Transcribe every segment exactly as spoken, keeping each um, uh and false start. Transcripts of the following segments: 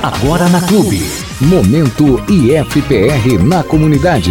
Agora na Clube. Momento I F P R na comunidade.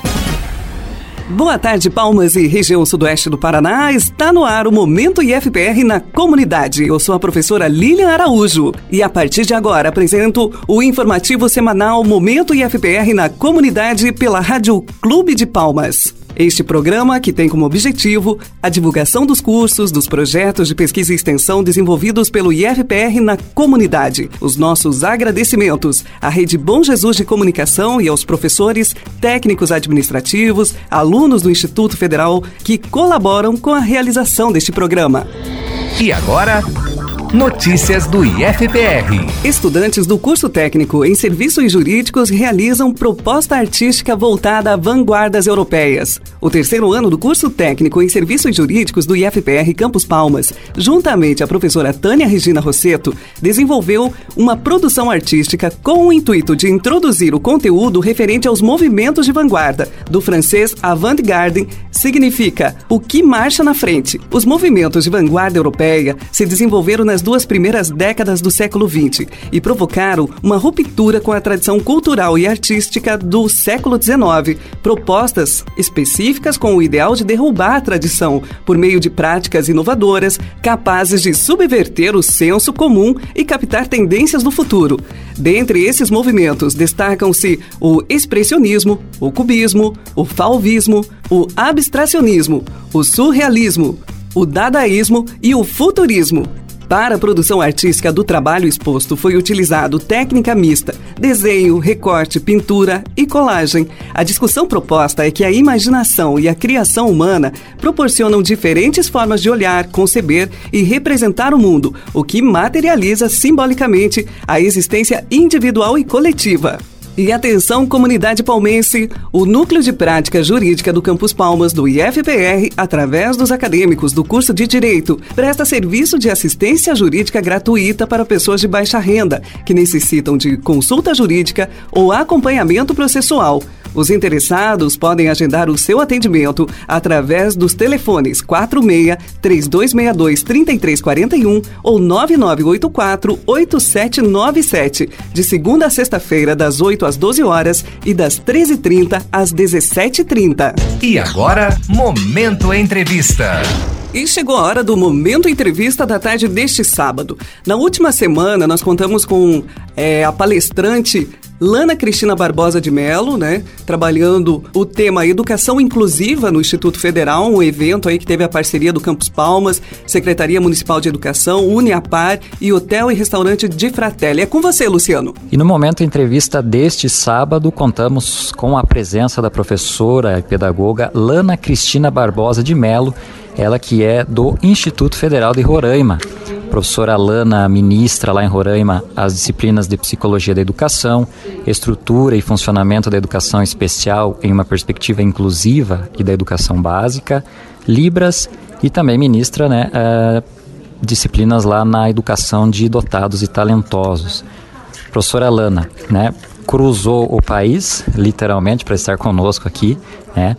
Boa tarde, Palmas e região sudoeste do Paraná. Está no ar o Momento I F P R na comunidade. Eu sou a professora Lilian Araújo e a partir de agora apresento o informativo semanal Momento I F P R na comunidade pela Rádio Clube de Palmas. Este programa, que tem como objetivo a divulgação dos cursos, dos projetos de pesquisa e extensão desenvolvidos pelo I F P R na comunidade. Os nossos agradecimentos à Rede Bom Jesus de Comunicação e aos professores, técnicos administrativos, alunos do Instituto Federal que colaboram com a realização deste programa. E agora, notícias do I F P R. Estudantes do curso técnico em Serviços Jurídicos realizam proposta artística voltada a vanguardas europeias. O terceiro ano do curso técnico em Serviços Jurídicos do I F P R Campus Palmas, juntamente à professora Tânia Regina Rosseto, desenvolveu uma produção artística com o intuito de introduzir o conteúdo referente aos movimentos de vanguarda, do francês avant-garde, significa o que marcha na frente. Os movimentos de vanguarda europeia se desenvolveram nas duas primeiras décadas do século vinte e provocaram uma ruptura com a tradição cultural e artística do século dezenove, propostas específicas com o ideal de derrubar a tradição por meio de práticas inovadoras capazes de subverter o senso comum e captar tendências do futuro. Dentre esses movimentos destacam-se o expressionismo, o cubismo, o fauvismo, o abstracionismo, o surrealismo, o dadaísmo e o futurismo. Para a produção artística do trabalho exposto foi utilizado técnica mista, desenho, recorte, pintura e colagem. A discussão proposta é que a imaginação e a criação humana proporcionam diferentes formas de olhar, conceber e representar o mundo, o que materializa simbolicamente a existência individual e coletiva. E atenção, comunidade palmense, o Núcleo de Prática Jurídica do Campus Palmas do I F P R, através dos acadêmicos do curso de Direito, presta serviço de assistência jurídica gratuita para pessoas de baixa renda, que necessitam de consulta jurídica ou acompanhamento processual. Os interessados podem agendar o seu atendimento através dos telefones quatro seis, três dois seis dois, três três quatro um ou nove nove oito quatro, oito sete nove sete, de segunda a sexta-feira, das oito às doze horas e das treze e trinta às dezessete e trinta. E agora, Momento Entrevista. E chegou a hora do Momento Entrevista da tarde deste sábado. Na última semana, nós contamos com é, a palestrante Lana Cristina Barbosa de Mello, né, trabalhando o tema Educação Inclusiva no Instituto Federal, um evento aí que teve a parceria do Campus Palmas, Secretaria Municipal de Educação, Uniapar e Hotel e Restaurante de Fratelli. É com você, Luciano. E no Momento Entrevista deste sábado, contamos com a presença da professora e pedagoga Lana Cristina Barbosa de Mello, ela que é do Instituto Federal de Roraima. A professora Lana ministra lá em Roraima as disciplinas de Psicologia da Educação, Estrutura e Funcionamento da Educação Especial em uma perspectiva inclusiva e da educação básica, Libras, e também ministra né, uh, disciplinas lá na educação de dotados e talentosos. A professora Lana, né, cruzou o país, literalmente, para estar conosco aqui, né?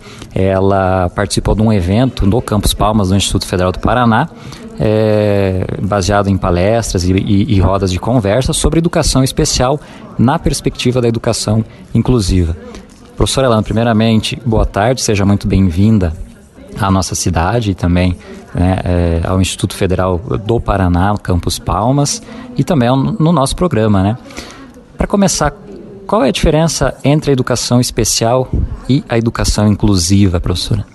Ela participou de um evento no Campus Palmas, do Instituto Federal do Paraná, é, baseado em palestras e, e, e rodas de conversa sobre educação especial na perspectiva da educação inclusiva. Professora Lana, primeiramente, boa tarde, seja muito bem-vinda à nossa cidade e também né, é, ao Instituto Federal do Paraná, Campus Palmas, e também no nosso programa, né? Para começar, qual é a diferença entre a educação especial e a educação inclusiva, professora?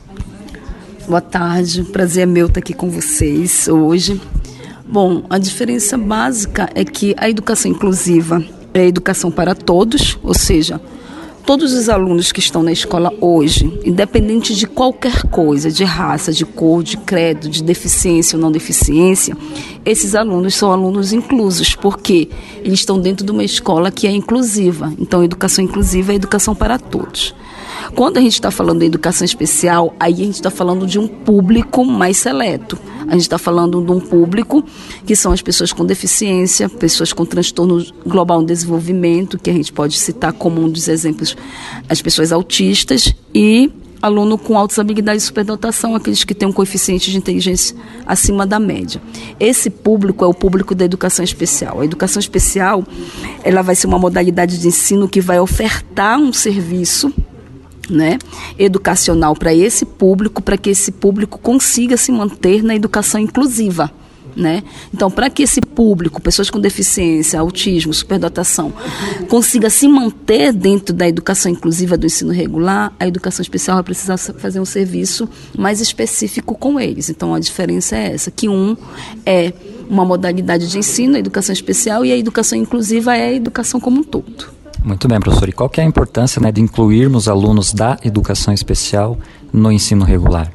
Boa tarde, prazer é meu estar aqui com vocês hoje. Bom, a diferença básica é que a educação inclusiva é a educação para todos, ou seja, todos os alunos que estão na escola hoje, independente de qualquer coisa, de raça, de cor, de credo, de deficiência ou não deficiência, esses alunos são alunos inclusos, porque eles estão dentro de uma escola que é inclusiva. Então, a educação inclusiva é a educação para todos. Quando a gente está falando de educação especial, aí a gente está falando de um público mais seleto. A gente está falando de um público que são as pessoas com deficiência, pessoas com transtorno global de desenvolvimento, que a gente pode citar como um dos exemplos as pessoas autistas e aluno com altas habilidades de superdotação, aqueles que têm um coeficiente de inteligência acima da média. Esse público é o público da educação especial. A educação especial, ela vai ser uma modalidade de ensino que vai ofertar um serviço, né, educacional para esse público, para que esse público consiga se manter na educação inclusiva. Né? Então, para que esse público, pessoas com deficiência, autismo, superdotação, consiga se manter dentro da educação inclusiva do ensino regular, a educação especial vai precisar fazer um serviço mais específico com eles. Então, a diferença é essa, que um é uma modalidade de ensino, a educação especial, e a educação inclusiva é a educação como um todo. Muito bem, professor. E qual que é a importância, né, de incluirmos alunos da educação especial no ensino regular?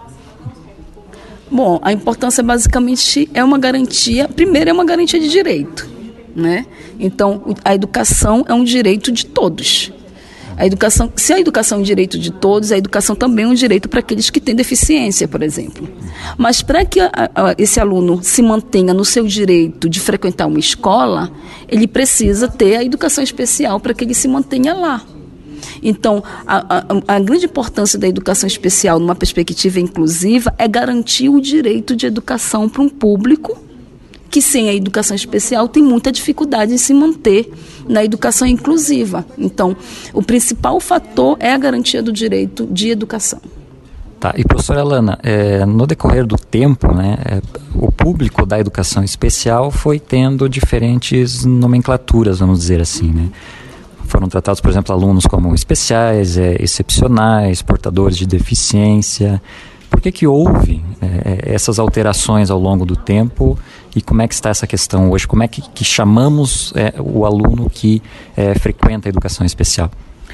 Bom, a importância basicamente é uma garantia, primeiro é uma garantia de direito, né? Então, a educação é um direito de todos. A educação, se a educação é um direito de todos, a educação também é um direito para aqueles que têm deficiência, por exemplo. Mas para que a, a, esse aluno se mantenha no seu direito de frequentar uma escola, ele precisa ter a educação especial para que ele se mantenha lá. Então, a, a, a grande importância da educação especial numa perspectiva inclusiva é garantir o direito de educação para um público que, sem a educação especial, tem muita dificuldade em se manter na educação inclusiva. Então, o principal fator é a garantia do direito de educação. Tá, e professora Lana, é, no decorrer do tempo, né, é, o público da educação especial foi tendo diferentes nomenclaturas, vamos dizer assim, né? Foram tratados, por exemplo, alunos como especiais, é, excepcionais, portadores de deficiência. Por que que houve é, essas alterações ao longo do tempo e como é que está essa questão hoje? Como é que, que chamamos é, o aluno que é, frequenta a educação especial?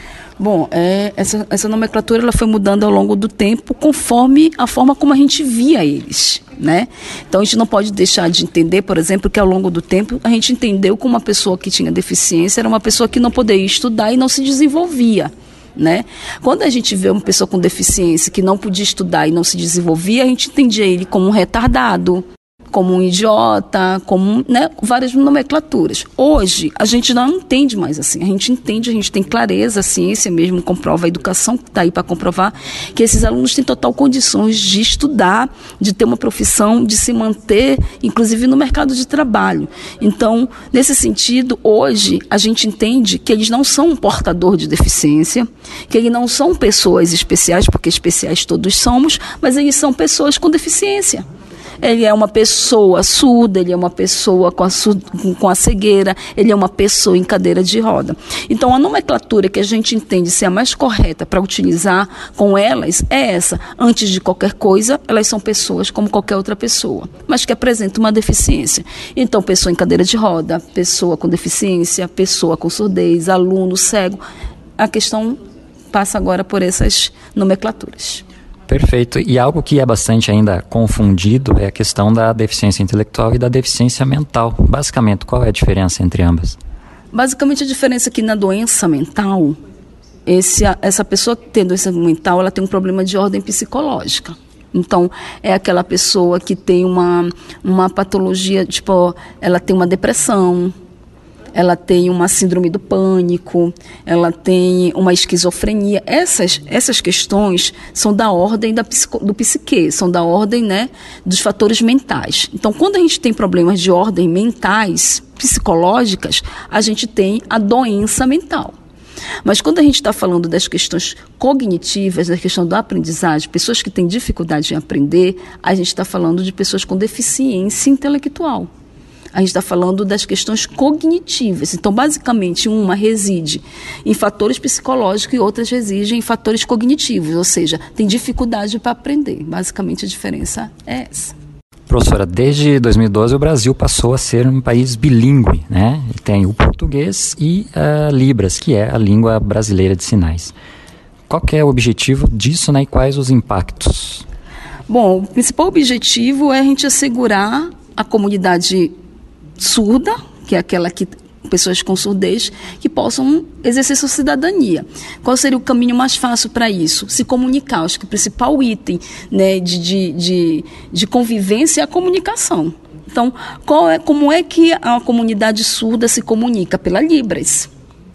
Bom, é, essa, essa nomenclatura ela foi mudando ao longo do tempo conforme a forma como a gente via eles, né? Então a gente não pode deixar de entender, por exemplo, que ao longo do tempo a gente entendeu que uma pessoa que tinha deficiência era uma pessoa que não poderia estudar e não se desenvolvia, né? Quando a gente vê uma pessoa com deficiência que não podia estudar e não se desenvolvia, a gente entendia ele como um retardado, como um idiota, como, né, várias nomenclaturas. Hoje, a gente não entende mais assim. A gente entende, a gente tem clareza, a ciência mesmo comprova, a educação está aí para comprovar que esses alunos têm total condições de estudar, de ter uma profissão, de se manter, inclusive no mercado de trabalho. Então, nesse sentido, hoje, a gente entende que eles não são um portador de deficiência, que eles não são pessoas especiais, porque especiais todos somos, mas eles são pessoas com deficiência. Ele é uma pessoa surda, ele é uma pessoa com a, com a cegueira, ele é uma pessoa em cadeira de roda. Então, a nomenclatura que a gente entende ser a mais correta para utilizar com elas é essa. Antes de qualquer coisa, elas são pessoas como qualquer outra pessoa, mas que apresentam uma deficiência. Então, pessoa em cadeira de roda, pessoa com deficiência, pessoa com surdez, aluno cego. A questão passa agora por essas nomenclaturas. Perfeito. E algo que é bastante ainda confundido é a questão da deficiência intelectual e da deficiência mental. Basicamente, qual é a diferença entre ambas? Basicamente, a diferença é que na doença mental, esse, essa pessoa que tem doença mental, ela tem um problema de ordem psicológica. Então, é aquela pessoa que tem uma, uma patologia, tipo, ela tem uma depressão, ela tem uma síndrome do pânico, ela tem uma esquizofrenia. Essas, essas questões são da ordem da psico, do psique, são da ordem, né, dos fatores mentais. Então, quando a gente tem problemas de ordem mentais, psicológicas, a gente tem a doença mental. Mas quando a gente está falando das questões cognitivas, da questão da aprendizagem, pessoas que têm dificuldade em aprender, a gente está falando de pessoas com deficiência intelectual. A gente está falando das questões cognitivas. Então, basicamente, uma reside em fatores psicológicos e outras residem em fatores cognitivos, ou seja, tem dificuldade para aprender. Basicamente, a diferença é essa. Professora, desde dois mil e doze o Brasil passou a ser um país bilíngue, né? Tem o português e a Libras, que é a língua brasileira de sinais. Qual que é o objetivo disso, né, e quais os impactos? Bom, o principal objetivo é a gente assegurar a comunidade surda, que é aquela que pessoas com surdez, que possam exercer sua cidadania. Qual seria o caminho mais fácil para isso? Se comunicar. Acho que o principal item, né, de, de, de, de convivência é a comunicação. Então, qual é, como é que a comunidade surda se comunica? Pela Libras.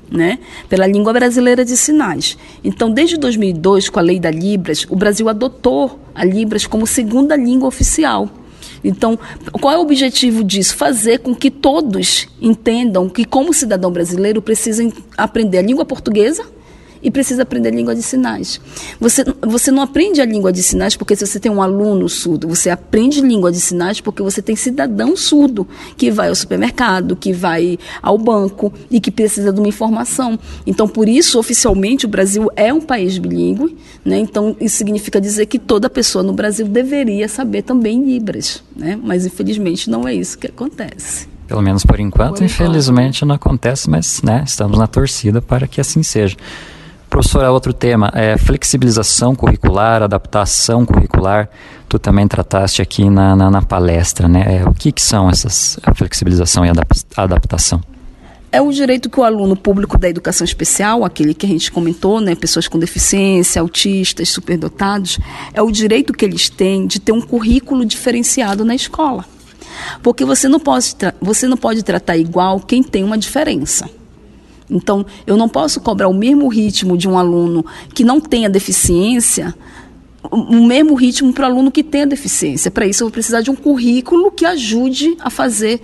né, pela língua brasileira de sinais. Então, desde dois mil e dois, com a lei da Libras, o Brasil adotou a Libras como segunda língua oficial. Então, qual é o objetivo disso? Fazer com que todos entendam que, como cidadão brasileiro, precisam aprender a língua portuguesa e precisa aprender língua de sinais. Você, você não aprende a língua de sinais porque se você tem um aluno surdo, você aprende língua de sinais porque você tem cidadão surdo que vai ao supermercado, que vai ao banco e que precisa de uma informação. Então, por isso, oficialmente, o Brasil é um país bilíngue, né? Então, isso significa dizer que toda pessoa no Brasil deveria saber também Libras, né? Mas, infelizmente, não é isso que acontece. Pelo menos por enquanto, por infelizmente enquanto. Não acontece, mas né, estamos na torcida para que assim seja. Professora, outro tema, é flexibilização curricular, adaptação curricular, tu também trataste aqui na, na, na palestra, né? É, o que, que são essas a flexibilização e adap- adaptação? É o direito que o aluno público da educação especial, aquele que a gente comentou, né, pessoas com deficiência, autistas, superdotados, é o direito que eles têm de ter um currículo diferenciado na escola. Porque você não pode, tra- você não pode tratar igual quem tem uma diferença. Então, eu não posso cobrar o mesmo ritmo de um aluno que não tenha deficiência, o mesmo ritmo para o aluno que tenha deficiência. Para isso, eu vou precisar de um currículo que ajude a fazer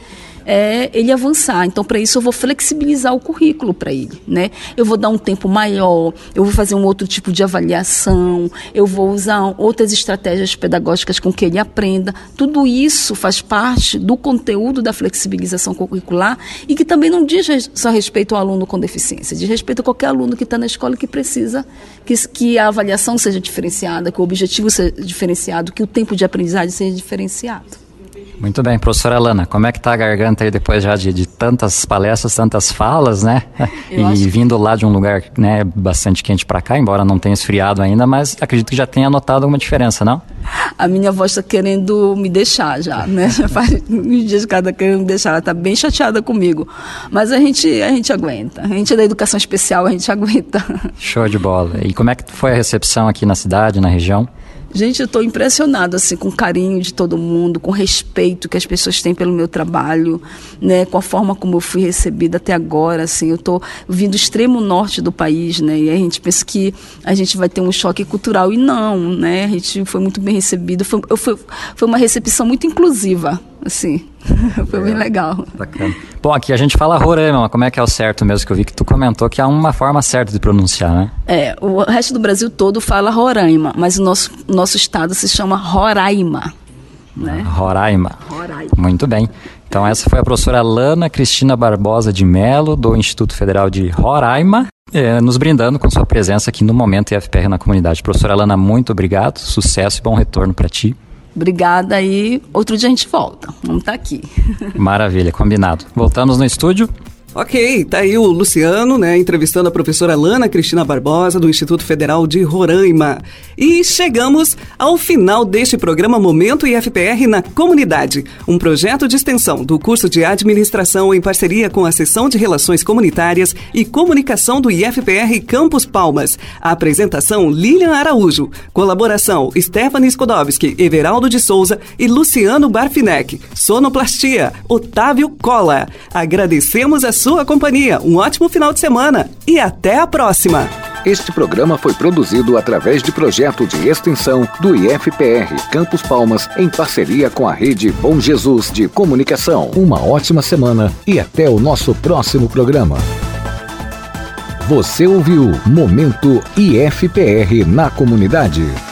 é, ele avançar. Então, para isso, eu vou flexibilizar o currículo para ele, né? Eu vou dar um tempo maior, eu vou fazer um outro tipo de avaliação, eu vou usar outras estratégias pedagógicas com que ele aprenda. Tudo isso faz parte do conteúdo da flexibilização curricular e que também não diz só respeito ao aluno com deficiência, diz respeito a qualquer aluno que está na escola que precisa que, que a avaliação seja diferenciada, que o objetivo seja diferenciado, que o tempo de aprendizagem seja diferenciado. Muito bem, professora Lana, como é que está a garganta aí depois já de, de tantas palestras, tantas falas, né? Eu e acho... vindo lá de um lugar, né, bastante quente para cá, embora não tenha esfriado ainda, mas acredito que já tenha notado alguma diferença, não? A minha voz está querendo me deixar já, né? Já faz uns dias que ela está querendo me deixar, ela está bem chateada comigo. Mas a gente, a gente aguenta, a gente é da educação especial, a gente aguenta. Show de bola. E como é que foi a recepção aqui na cidade, na região? Gente, eu estou impressionada assim, com o carinho de todo mundo, com o respeito que as pessoas têm pelo meu trabalho, né, com a forma como eu fui recebida até agora. Assim, eu estou vindo do extremo norte do país, né, e a gente pensa que a gente vai ter um choque cultural, e não, né, a gente foi muito bem recebido, foi, foi, foi uma recepção muito inclusiva, assim, foi bem legal. Bacana. Bom, aqui a gente fala Roraima, mas como é que é o certo mesmo, que eu vi que tu comentou que há uma forma certa de pronunciar, né? É, o resto do Brasil todo fala Roraima, mas o nosso, nosso estado se chama Roraima. Né? Roraima. Roraima. Muito bem. Então essa foi a professora Lana Cristina Barbosa de Mello, do Instituto Federal de Roraima, é, nos brindando com sua presença aqui no Momento I F P R na comunidade. Professora Lana, muito obrigado, sucesso e bom retorno para ti. Obrigada, e outro dia a gente volta. Vamos estar aqui. Maravilha, combinado. Voltamos no estúdio. Ok, tá aí o Luciano, né, entrevistando a professora Lana Cristina Barbosa, do Instituto Federal de Roraima. E chegamos ao final deste programa Momento I F P R na Comunidade, um projeto de extensão do curso de Administração em parceria com a Seção de Relações Comunitárias e Comunicação do I F P R Campus Palmas. A apresentação, Lilian Araújo. Colaboração, Stephanie Skodowski, Everaldo de Souza e Luciano Barfinec. Sonoplastia, Otávio Cola. Agradecemos a sua companhia, um ótimo final de semana e até a próxima! Este programa foi produzido através de projeto de extensão do I F P R Campus Palmas em parceria com a Rede Bom Jesus de Comunicação. Uma ótima semana e até o nosso próximo programa. Você ouviu Momento I F P R na Comunidade.